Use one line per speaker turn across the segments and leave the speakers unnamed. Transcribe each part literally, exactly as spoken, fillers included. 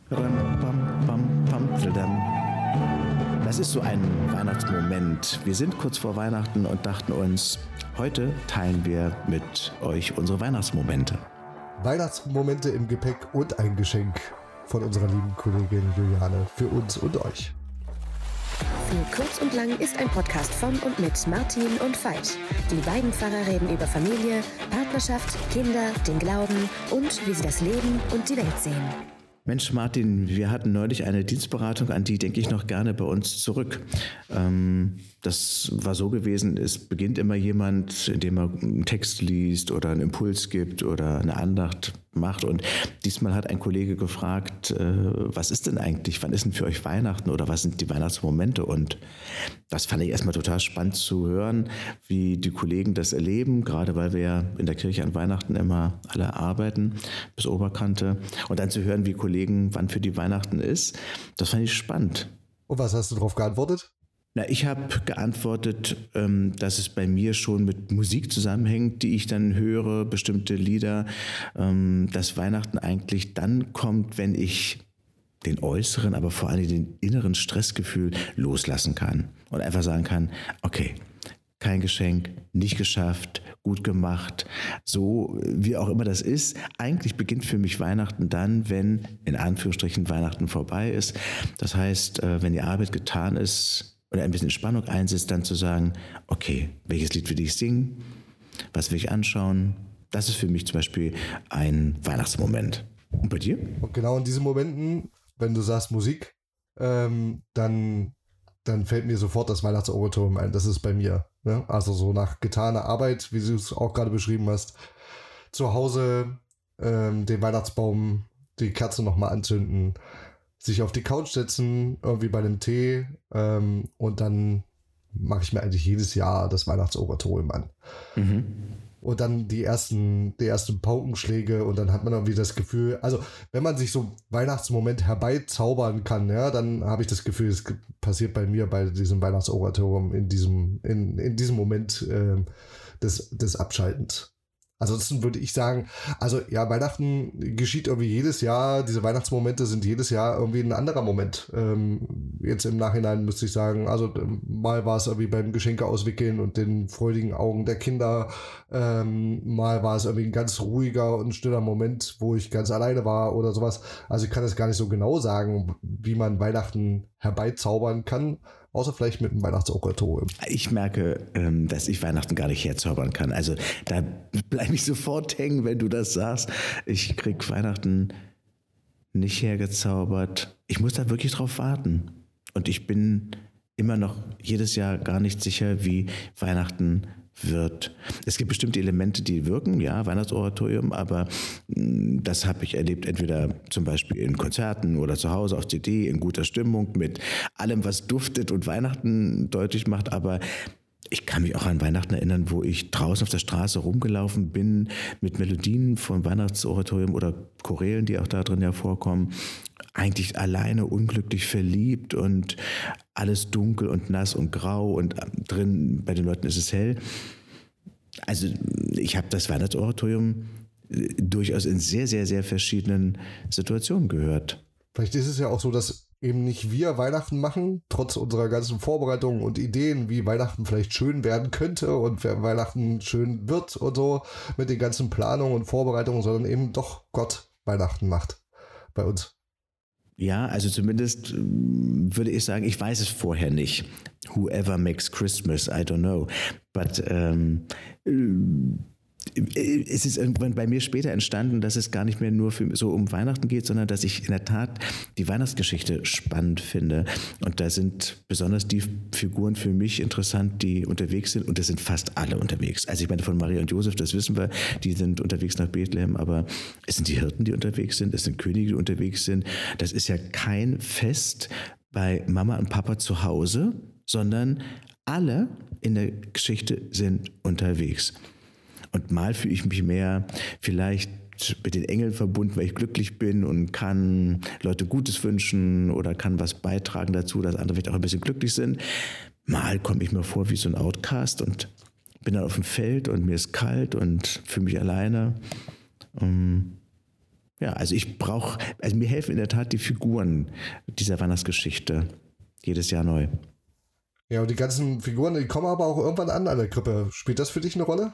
Ram, pam, pam, pam, tridam. Das ist so ein Weihnachtsmoment. Wir sind kurz vor Weihnachten und dachten uns, heute teilen wir mit euch unsere Weihnachtsmomente.
Weihnachtsmomente im Gepäck und ein Geschenk von unserer lieben Kollegin Juliane für uns und euch.
Für Kurz und Lang ist ein Podcast von und mit Martin und Veit. Die beiden Pfarrer reden über Familie, Partnerschaft, Kinder, den Glauben und wie sie das Leben und die Welt sehen.
Mensch, Martin, wir hatten neulich eine Dienstberatung, an die denke ich noch gerne bei uns zurück. Ähm, das war so gewesen, es beginnt immer jemand, indem er einen Text liest oder einen Impuls gibt oder eine Andacht macht. Und diesmal hat ein Kollege gefragt, äh, was ist denn eigentlich, wann ist denn für euch Weihnachten oder was sind die Weihnachtsmomente? Und das fand ich erstmal total spannend zu hören, wie die Kollegen das erleben, gerade weil wir ja in der Kirche an Weihnachten immer alle arbeiten, bis Oberkante. Und dann zu hören, wie Kollegen, wann für die Weihnachten ist, das fand ich spannend.
Und was hast du darauf geantwortet?
Na, ich habe geantwortet, ähm, dass es bei mir schon mit Musik zusammenhängt, die ich dann höre, bestimmte Lieder, ähm, dass Weihnachten eigentlich dann kommt, wenn ich den äußeren, aber vor allem den inneren Stressgefühl loslassen kann und einfach sagen kann, okay, kein Geschenk, nicht geschafft, gut gemacht, so wie auch immer das ist. Eigentlich beginnt für mich Weihnachten dann, wenn in Anführungsstrichen Weihnachten vorbei ist. Das heißt, wenn die Arbeit getan ist oder ein bisschen Entspannung einsetzt, dann zu sagen, okay, welches Lied will ich singen, was will ich anschauen? Das ist für mich zum Beispiel ein Weihnachtsmoment. Und bei dir?
Und genau in diesen Momenten, wenn du sagst Musik, ähm, dann, dann fällt mir sofort das Weihnachtsoratorium ein. Das ist bei mir. Ne? Also so nach getaner Arbeit, wie du es auch gerade beschrieben hast, zu Hause ähm, den Weihnachtsbaum, die Kerze nochmal anzünden, sich auf die Couch setzen, irgendwie bei einem Tee ähm, und dann mache ich mir eigentlich jedes Jahr das Weihnachtsoratorium an. Mhm. Und dann die ersten, die ersten Paukenschläge und dann hat man irgendwie das Gefühl, also wenn man sich so einen Weihnachtsmoment herbeizaubern kann, ja, dann habe ich das Gefühl, es passiert bei mir bei diesem Weihnachtsoratorium in diesem, in, in diesem Moment äh, des, des Abschaltens. Ansonsten würde ich sagen, also ja, Weihnachten geschieht irgendwie jedes Jahr, diese Weihnachtsmomente sind jedes Jahr irgendwie ein anderer Moment. Ähm, jetzt im Nachhinein müsste ich sagen, also mal war es irgendwie beim Geschenke auswickeln und den freudigen Augen der Kinder, ähm, mal war es irgendwie ein ganz ruhiger und stiller Moment, wo ich ganz alleine war oder sowas. Also ich kann es gar nicht so genau sagen, wie man Weihnachten herbeizaubern kann. Außer vielleicht mit dem Weihnachtsoratorium.
Ich merke, dass ich Weihnachten gar nicht herzaubern kann. Also da bleibe ich sofort hängen, wenn du das sagst. Ich kriege Weihnachten nicht hergezaubert. Ich muss da wirklich drauf warten. Und ich bin immer noch jedes Jahr gar nicht sicher, wie Weihnachten wird. Es gibt bestimmte Elemente, die wirken, ja, Weihnachtsoratorium, aber mh, das habe ich erlebt, entweder zum Beispiel in Konzerten oder zu Hause auf C D, in guter Stimmung, mit allem, was duftet und Weihnachten deutlich macht, aber ich kann mich auch an Weihnachten erinnern, wo ich draußen auf der Straße rumgelaufen bin mit Melodien von Weihnachtsoratorium oder Chorälen, die auch da drin ja vorkommen, eigentlich alleine unglücklich verliebt und alles dunkel und nass und grau und drin bei den Leuten ist es hell. Also ich habe das Weihnachtsoratorium durchaus in sehr, sehr, sehr verschiedenen Situationen gehört.
Vielleicht ist es ja auch so, dass eben nicht wir Weihnachten machen, trotz unserer ganzen Vorbereitungen und Ideen, wie Weihnachten vielleicht schön werden könnte und wer Weihnachten schön wird und so mit den ganzen Planungen und Vorbereitungen, sondern eben doch Gott Weihnachten macht bei uns.
Ja, also zumindest würde ich sagen, ich weiß es vorher nicht. Whoever makes Christmas, I don't know. But ähm, es ist irgendwann bei mir später entstanden, dass es gar nicht mehr nur für, so um Weihnachten geht, sondern dass ich in der Tat die Weihnachtsgeschichte spannend finde. Und da sind besonders die Figuren für mich interessant, die unterwegs sind. Und das sind fast alle unterwegs. Also ich meine, von Maria und Josef, das wissen wir, die sind unterwegs nach Bethlehem. Aber es sind die Hirten, die unterwegs sind. Es sind Könige, die unterwegs sind. Das ist ja kein Fest bei Mama und Papa zu Hause, sondern alle in der Geschichte sind unterwegs. Und mal fühle ich mich mehr vielleicht mit den Engeln verbunden, weil ich glücklich bin und kann Leute Gutes wünschen oder kann was beitragen dazu, dass andere vielleicht auch ein bisschen glücklich sind. Mal komme ich mir vor wie so ein Outcast und bin dann auf dem Feld und mir ist kalt und fühle mich alleine. Ja, also ich brauche, also mir helfen in der Tat die Figuren dieser Weihnachtsgeschichte jedes Jahr neu.
Ja, und die ganzen Figuren, die kommen aber auch irgendwann an an der Krippe. Spielt das für dich eine Rolle?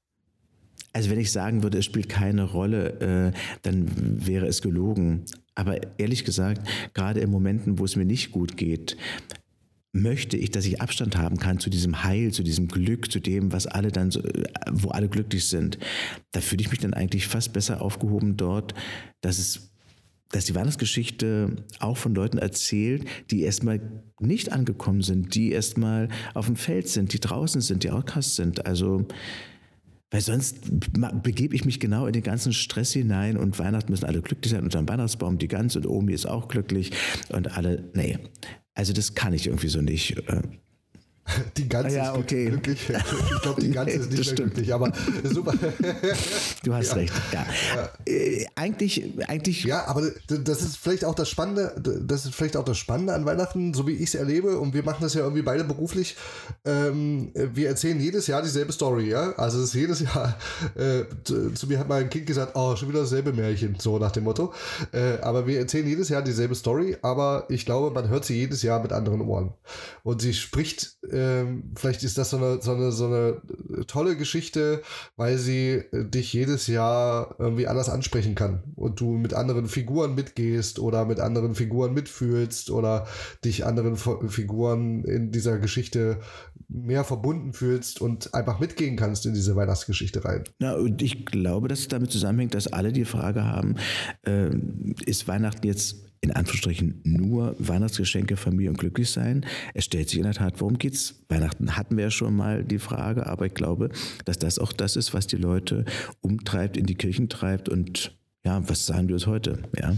Also wenn ich sagen würde, es spielt keine Rolle, äh, dann wäre es gelogen. Aber ehrlich gesagt, gerade in Momenten, wo es mir nicht gut geht, möchte ich, dass ich Abstand haben kann zu diesem Heil, zu diesem Glück, zu dem, was alle dann, so, wo alle glücklich sind. Da fühle ich mich dann eigentlich fast besser aufgehoben dort, dass es, dass die Weihnachtsgeschichte auch von Leuten erzählt, die erstmal nicht angekommen sind, die erstmal auf dem Feld sind, die draußen sind, die Outcasts sind. Also, weil sonst begebe ich mich genau in den ganzen Stress hinein und Weihnachten müssen alle glücklich sein, unter dem Weihnachtsbaum die Gans und Omi ist auch glücklich und alle, nee. Also das kann ich irgendwie so nicht.
Die Gans
ja,
ist
okay.
glücklich. Ich glaube, die Gans ist nicht mehr
stimmt.
glücklich, aber super.
Du hast
ja.
recht, ja. ja. Äh, eigentlich, eigentlich...
Ja, aber das ist vielleicht auch das Spannende, das ist vielleicht auch das Spannende an Weihnachten, so wie ich es erlebe, und wir machen das ja irgendwie beide beruflich. Ähm, wir erzählen jedes Jahr dieselbe Story, ja. Also es ist jedes Jahr, äh, zu, zu mir hat mal ein Kind gesagt, oh, schon wieder dasselbe Märchen, so nach dem Motto. Äh, aber wir erzählen jedes Jahr dieselbe Story, aber ich glaube, man hört sie jedes Jahr mit anderen Ohren. Und sie spricht, ähm, vielleicht ist das so eine, so eine, so eine tolle Geschichte, weil sie dich jedes Jahr irgendwie anders ansprechen kann und du mit anderen Figuren mitgehst oder mit anderen Figuren mitfühlst oder dich anderen Figuren in dieser Geschichte mehr verbunden fühlst und einfach mitgehen kannst in diese Weihnachtsgeschichte rein.
Na, und ich glaube, dass es damit zusammenhängt, dass alle die Frage haben, äh, ist Weihnachten jetzt in Anführungsstrichen nur Weihnachtsgeschenke, Familie und glücklich sein? Es stellt sich in der Tat, worum geht's? Weihnachten hatten wir ja schon mal die Frage, aber ich glaube, dass das auch das ist, was die Leute umtreibt, in die Kirchen treibt und ja, was sagen wir uns heute? Ja.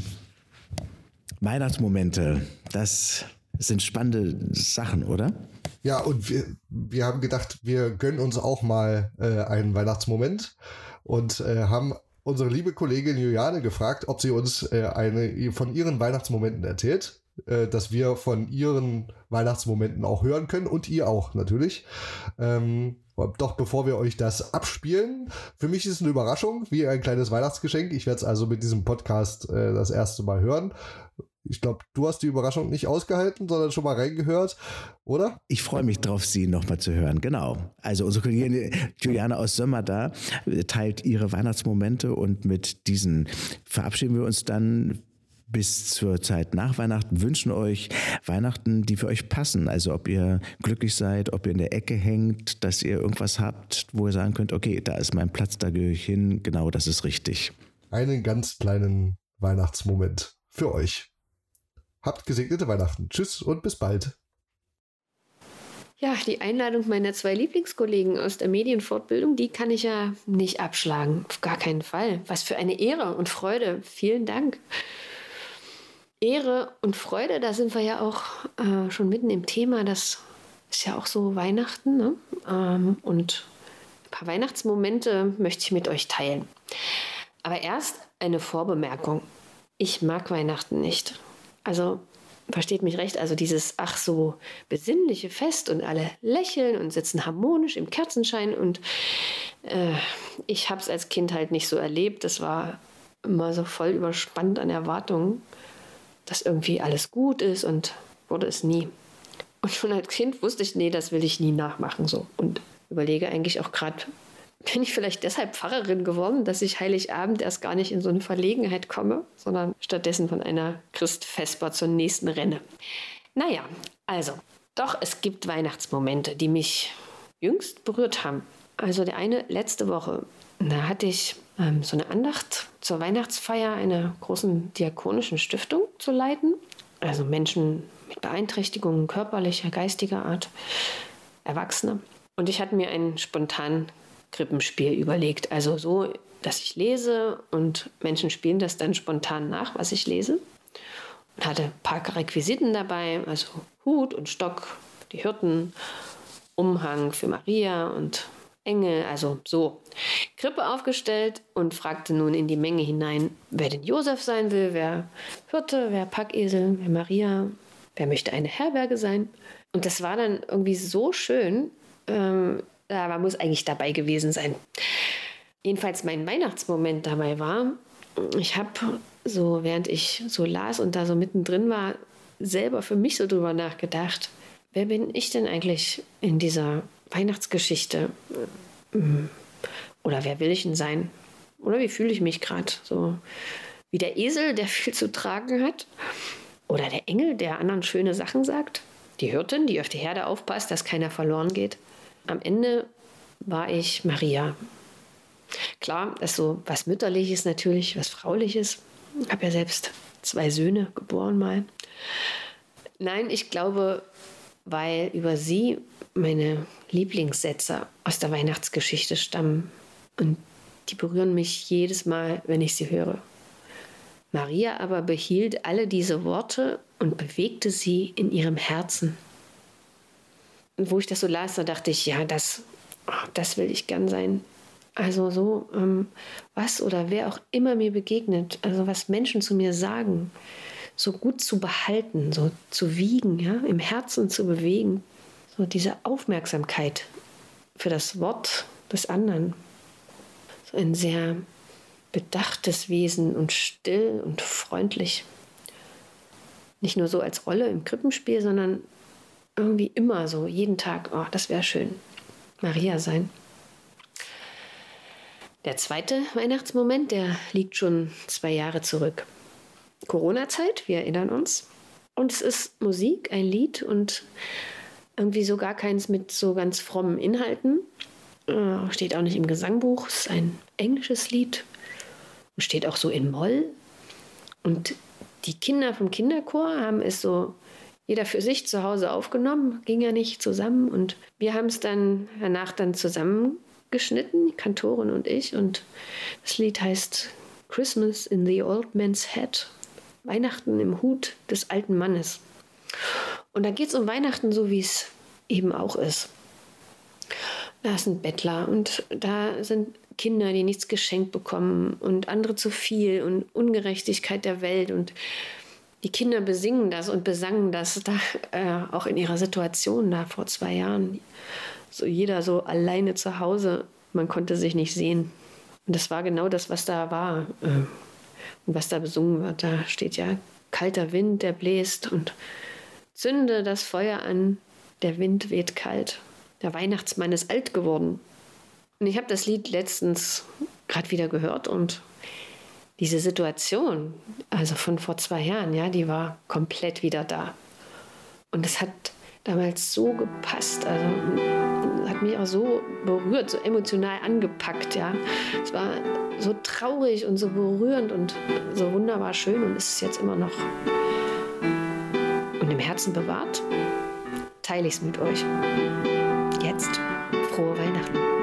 Weihnachtsmomente, das sind spannende Sachen, oder?
Ja, und wir, wir haben gedacht, wir gönnen uns auch mal äh, einen Weihnachtsmoment und äh, haben unsere liebe Kollegin Juliane gefragt, ob sie uns äh, eine von ihren Weihnachtsmomenten erzählt, äh, dass wir von ihren Weihnachtsmomenten auch hören können und ihr auch natürlich. Ähm, doch bevor wir euch das abspielen, für mich ist es eine Überraschung, wie ein kleines Weihnachtsgeschenk. Ich werde es also mit diesem Podcast äh, das erste Mal hören. Ich glaube, du hast die Überraschung nicht ausgehalten, sondern schon mal reingehört, oder?
Ich freue mich drauf, sie nochmal zu hören, genau. Also unsere Kollegin Juliane aus Sömmerda teilt ihre Weihnachtsmomente und mit diesen verabschieden wir uns dann bis zur Zeit nach Weihnachten, wünschen euch Weihnachten, die für euch passen. Also ob ihr glücklich seid, ob ihr in der Ecke hängt, dass ihr irgendwas habt, wo ihr sagen könnt, okay, da ist mein Platz, da gehöre ich hin, genau das ist richtig.
Einen ganz kleinen Weihnachtsmoment für euch. Habt gesegnete Weihnachten. Tschüss und bis bald.
Ja, die Einladung meiner zwei Lieblingskollegen aus der Medienfortbildung, die kann ich ja nicht abschlagen. Auf gar keinen Fall. Was für eine Ehre und Freude. Vielen Dank. Ehre und Freude, da sind wir ja auch äh, schon mitten im Thema. Das ist ja auch so Weihnachten, ne? Ähm, und ein paar Weihnachtsmomente möchte ich mit euch teilen. Aber erst eine Vorbemerkung. Ich mag Weihnachten nicht. Also, versteht mich recht, also dieses ach so besinnliche Fest und alle lächeln und sitzen harmonisch im Kerzenschein und äh, ich habe es als Kind halt nicht so erlebt. Das war immer so voll überspannt an Erwartungen, dass irgendwie alles gut ist und wurde es nie. Und schon als Kind wusste ich, nee, das will ich nie nachmachen so und überlege eigentlich auch gerade, bin ich vielleicht deshalb Pfarrerin geworden, dass ich Heiligabend erst gar nicht in so eine Verlegenheit komme, sondern stattdessen von einer Christfesper zur nächsten renne. Naja, also, doch, es gibt Weihnachtsmomente, die mich jüngst berührt haben. Also der eine letzte Woche, da hatte ich ähm, so eine Andacht zur Weihnachtsfeier einer großen diakonischen Stiftung zu leiten. Also Menschen mit Beeinträchtigungen körperlicher, geistiger Art, Erwachsene. Und ich hatte mir einen spontanen Krippenspiel überlegt. Also so, dass ich lese und Menschen spielen das dann spontan nach, was ich lese. Und hatte ein paar Requisiten dabei, also Hut und Stock, die Hirten, Umhang für Maria und Engel, also so. Krippe aufgestellt und fragte nun in die Menge hinein, wer denn Josef sein will, wer Hirte, wer Packesel, wer Maria, wer möchte eine Herberge sein. Und das war dann irgendwie so schön, ähm, Ja, man muss eigentlich dabei gewesen sein. Jedenfalls mein Weihnachtsmoment dabei war, ich habe so, während ich so las und da so mittendrin war, selber für mich so drüber nachgedacht, wer bin ich denn eigentlich in dieser Weihnachtsgeschichte? Oder wer will ich denn sein? Oder wie fühle ich mich gerade? So wie der Esel, der viel zu tragen hat? Oder der Engel, der anderen schöne Sachen sagt? Die Hirtin, die auf die Herde aufpasst, dass keiner verloren geht? Am Ende war ich Maria. Klar, das ist so was Mütterliches natürlich, was Frauliches. Ich habe ja selbst zwei Söhne geboren mal. Nein, ich glaube, weil über sie meine Lieblingssätze aus der Weihnachtsgeschichte stammen. Und die berühren mich jedes Mal, wenn ich sie höre. Maria aber behielt alle diese Worte und bewegte sie in ihrem Herzen. Und wo ich das so las, da dachte ich, ja, das, das will ich gern sein. Also so, ähm, was oder wer auch immer mir begegnet, also was Menschen zu mir sagen, so gut zu behalten, so zu wiegen, ja, im Herzen zu bewegen. So diese Aufmerksamkeit für das Wort des anderen. So ein sehr bedachtes Wesen und still und freundlich. Nicht nur so als Rolle im Krippenspiel, sondern irgendwie immer so, jeden Tag, oh, das wäre schön, Maria sein. Der zweite Weihnachtsmoment, der liegt schon zwei Jahre zurück. Corona-Zeit, wir erinnern uns. Und es ist Musik, ein Lied und irgendwie so gar keins mit so ganz frommen Inhalten. Äh, steht auch nicht im Gesangbuch, es ist ein englisches Lied. Und steht auch so in Moll. Und die Kinder vom Kinderchor haben es so jeder für sich zu Hause aufgenommen, ging ja nicht zusammen. Und wir haben es dann danach dann zusammengeschnitten, die Kantorin und ich. Und das Lied heißt Christmas in the Old Man's Hat. Weihnachten im Hut des alten Mannes. Und da geht es um Weihnachten, so wie es eben auch ist. Da sind Bettler und da sind Kinder, die nichts geschenkt bekommen und andere zu viel und Ungerechtigkeit der Welt. Und die Kinder besingen das und besangen das da äh, auch in ihrer Situation da vor zwei Jahren. So jeder so alleine zu Hause, man konnte sich nicht sehen. Und das war genau das, was da war. Äh, Und was da besungen wird, da steht ja, kalter Wind, der bläst und zünde das Feuer an, der Wind weht kalt. Der Weihnachtsmann ist alt geworden. Und ich habe das Lied letztens gerade wieder gehört und diese Situation, also von vor zwei Jahren, ja, die war komplett wieder da. Und es hat damals so gepasst, also hat mich auch so berührt, so emotional angepackt, ja. Es war so traurig und so berührend und so wunderbar schön und ist es jetzt immer noch. Und im Herzen bewahrt, teile ich es mit euch. Jetzt frohe Weihnachten.